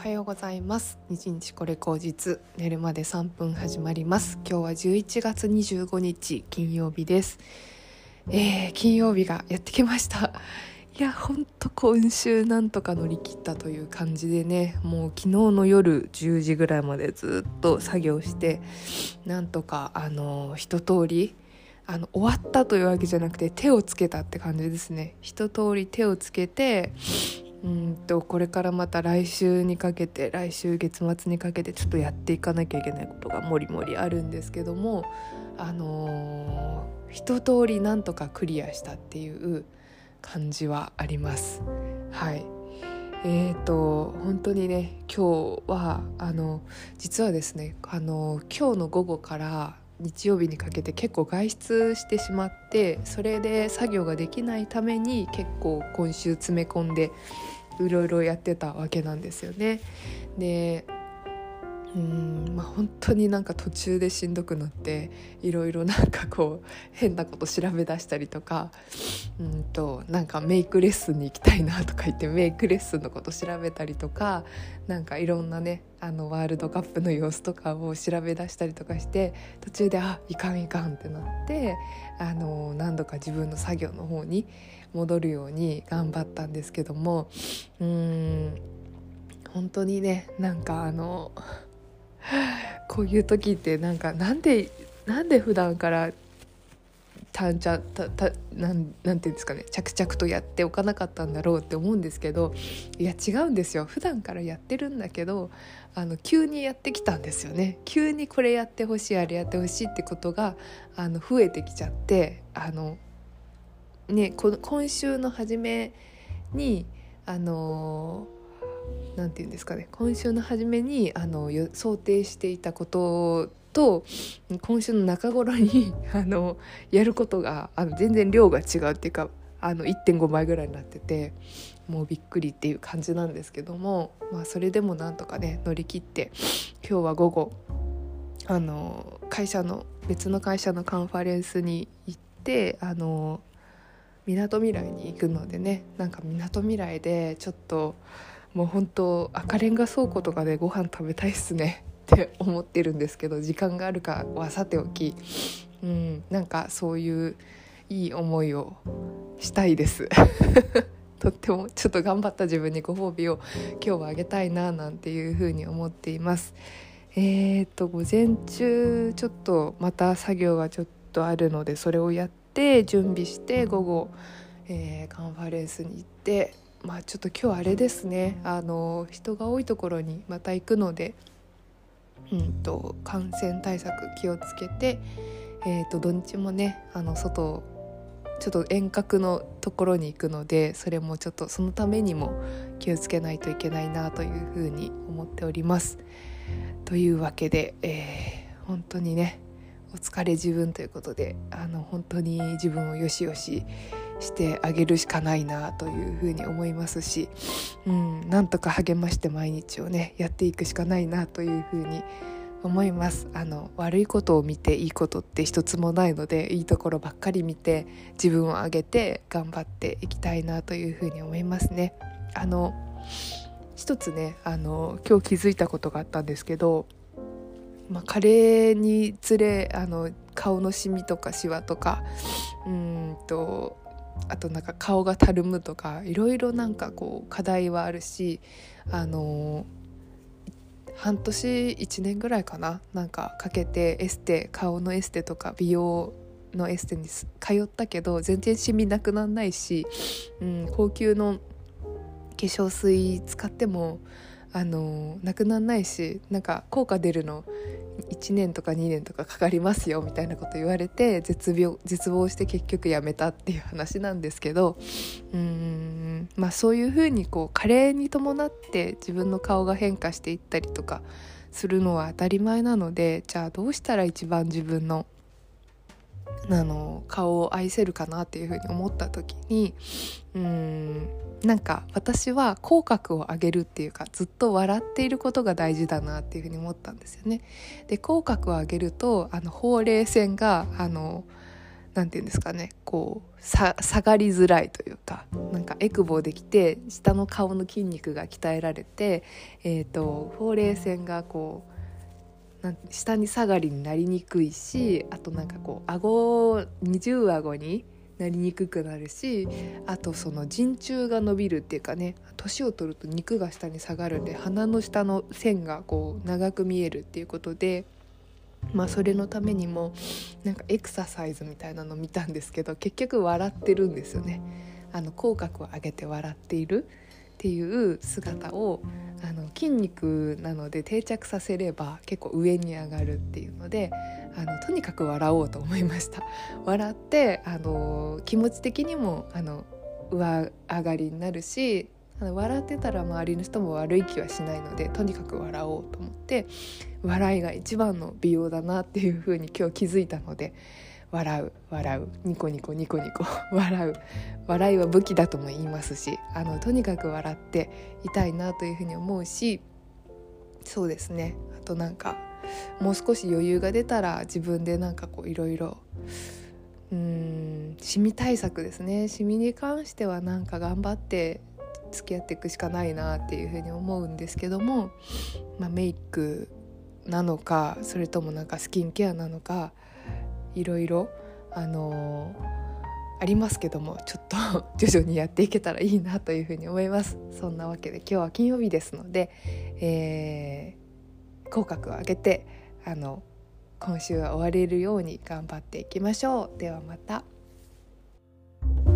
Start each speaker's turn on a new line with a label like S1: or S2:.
S1: はようございます。日日これ口実、寝るまで3分始まります。今日は11月25日金曜日です。金曜日がやってきました。いやほんと今週なんとか乗り切ったという感じでね、もう昨日の夜10時ぐらいまでずっと作業して、なんとか一通り終わったというわけじゃなくて手をつけたって感じですね。一通り手をつけて、これからまた来週月末にかけてちょっとやっていかなきゃいけないことがもりもりあるんですけども、一通りなんとかクリアしたっていう感じはあります。はい。本当にね、今日は実はですね、今日の午後から日曜日にかけて結構外出してしまって、それで作業ができないために結構今週詰め込んでいろいろやってたわけなんですよね。で本当になんか途中でしんどくなって、いろいろなんかこう変なこと調べ出したりとか、なんかメイクレッスンに行きたいなとか言ってメイクレッスンのこと調べたりとか、なんかいろんなねワールドカップの様子とかを調べ出したりとかして、途中でいかんってなって、何度か自分の作業の方に戻るように頑張ったんですけども、本当にね、なんかこういう時ってなんで普段からなんていうんですかね、着々とやっておかなかったんだろうって思うんですけど、いや違うんですよ。普段からやってるんだけど急にやってきたんですよね。急にこれやってほしいあれやってほしいってことが増えてきちゃって、今週の初めになんていうんですかね、今週の初めに想定していたことと今週の中頃にやることが全然量が違うっていうか1.5 倍ぐらいになってて、もうびっくりっていう感じなんですけども、それでもなんとかね乗り切って、今日は午後別の会社のカンファレンスに行ってみなとみらいに行くのでね、なんかみなとみらいでちょっともう本当赤レンガ倉庫とかでご飯食べたいっすねって思ってるんですけど、時間があるかはさておき、なんかそういういい思いをしたいですとってもちょっと頑張った自分にご褒美を今日はあげたいななんていうふうに思っています。午前中ちょっとまた作業がちょっとあるので、それをやって準備して午後、カンファレンスに行って、ちょっと今日あれですね、人が多いところにまた行くので、感染対策気をつけて、土日もね外ちょっと遠隔のところに行くので、それもちょっとそのためにも気をつけないといけないなというふうに思っております。というわけで、本当にねお疲れ自分ということで、本当に自分をよしよししてあげるしかないなというふうに思いますし、なんとか励まして毎日をねやっていくしかないなというふうに思います。悪いことを見ていいことって一つもないので、いいところばっかり見て自分を上げて頑張っていきたいなというふうに思いますね。一つね今日気づいたことがあったんですけど、加齢につれ顔のシミとかシワとかあとなんか顔がたるむとか、いろいろなんかこう課題はあるし、半年1年ぐらいかな、なんかかけて顔のエステとか美容のエステに通ったけど全然シミなくなんないし、高級の化粧水使ってもなくなんないし、なんか効果出るの1年とか2年とかかかりますよみたいなこと言われて絶望して結局やめたっていう話なんですけど、そういうふうにこう加齢に伴って自分の顔が変化していったりとかするのは当たり前なので、じゃあどうしたら一番自分の顔を愛せるかなっていうふうに思った時に、なんか私は口角を上げるっていうか、ずっと笑っていることが大事だなっていうふうに思ったんですよね。で口角を上げるとほうれい線がなんていうんですかね、こう下がりづらいというか、なんかエクボできて下の顔の筋肉が鍛えられて、ほうれい線がこう下に下がりになりにくいし、あとなんかこう二重顎になりにくくなるし、あとその陣中が伸びるっていうかね、年を取ると肉が下に下がるんで鼻の下の線がこう長く見えるっていうことで、それのためにもなんかエクササイズみたいなの見たんですけど、結局笑ってるんですよね。口角を上げて笑っているっていう姿を筋肉なので定着させれば結構上に上がるっていうので、とにかく笑おうと思いました。笑って気持ち的にも上上がりになるし、笑ってたら周りの人も悪い気はしないので、とにかく笑おうと思って、笑いが一番の美容だなっていう風に今日気づいたので、笑うニコニコニコニコ笑いは武器だとも言いますし、とにかく笑っていたいなというふうに思うし、そうですね、あとなんかもう少し余裕が出たら自分でなんかこういろいろシミ対策ですね。シミに関してはなんか頑張って付き合っていくしかないなっていうふうに思うんですけども、メイクなのか、それともなんかスキンケアなのか、いろいろありますけども、ちょっと徐々にやっていけたらいいなというふうに思います。そんなわけで今日は金曜日ですので、口角を上げて今週は終われるように頑張っていきましょう。ではまた。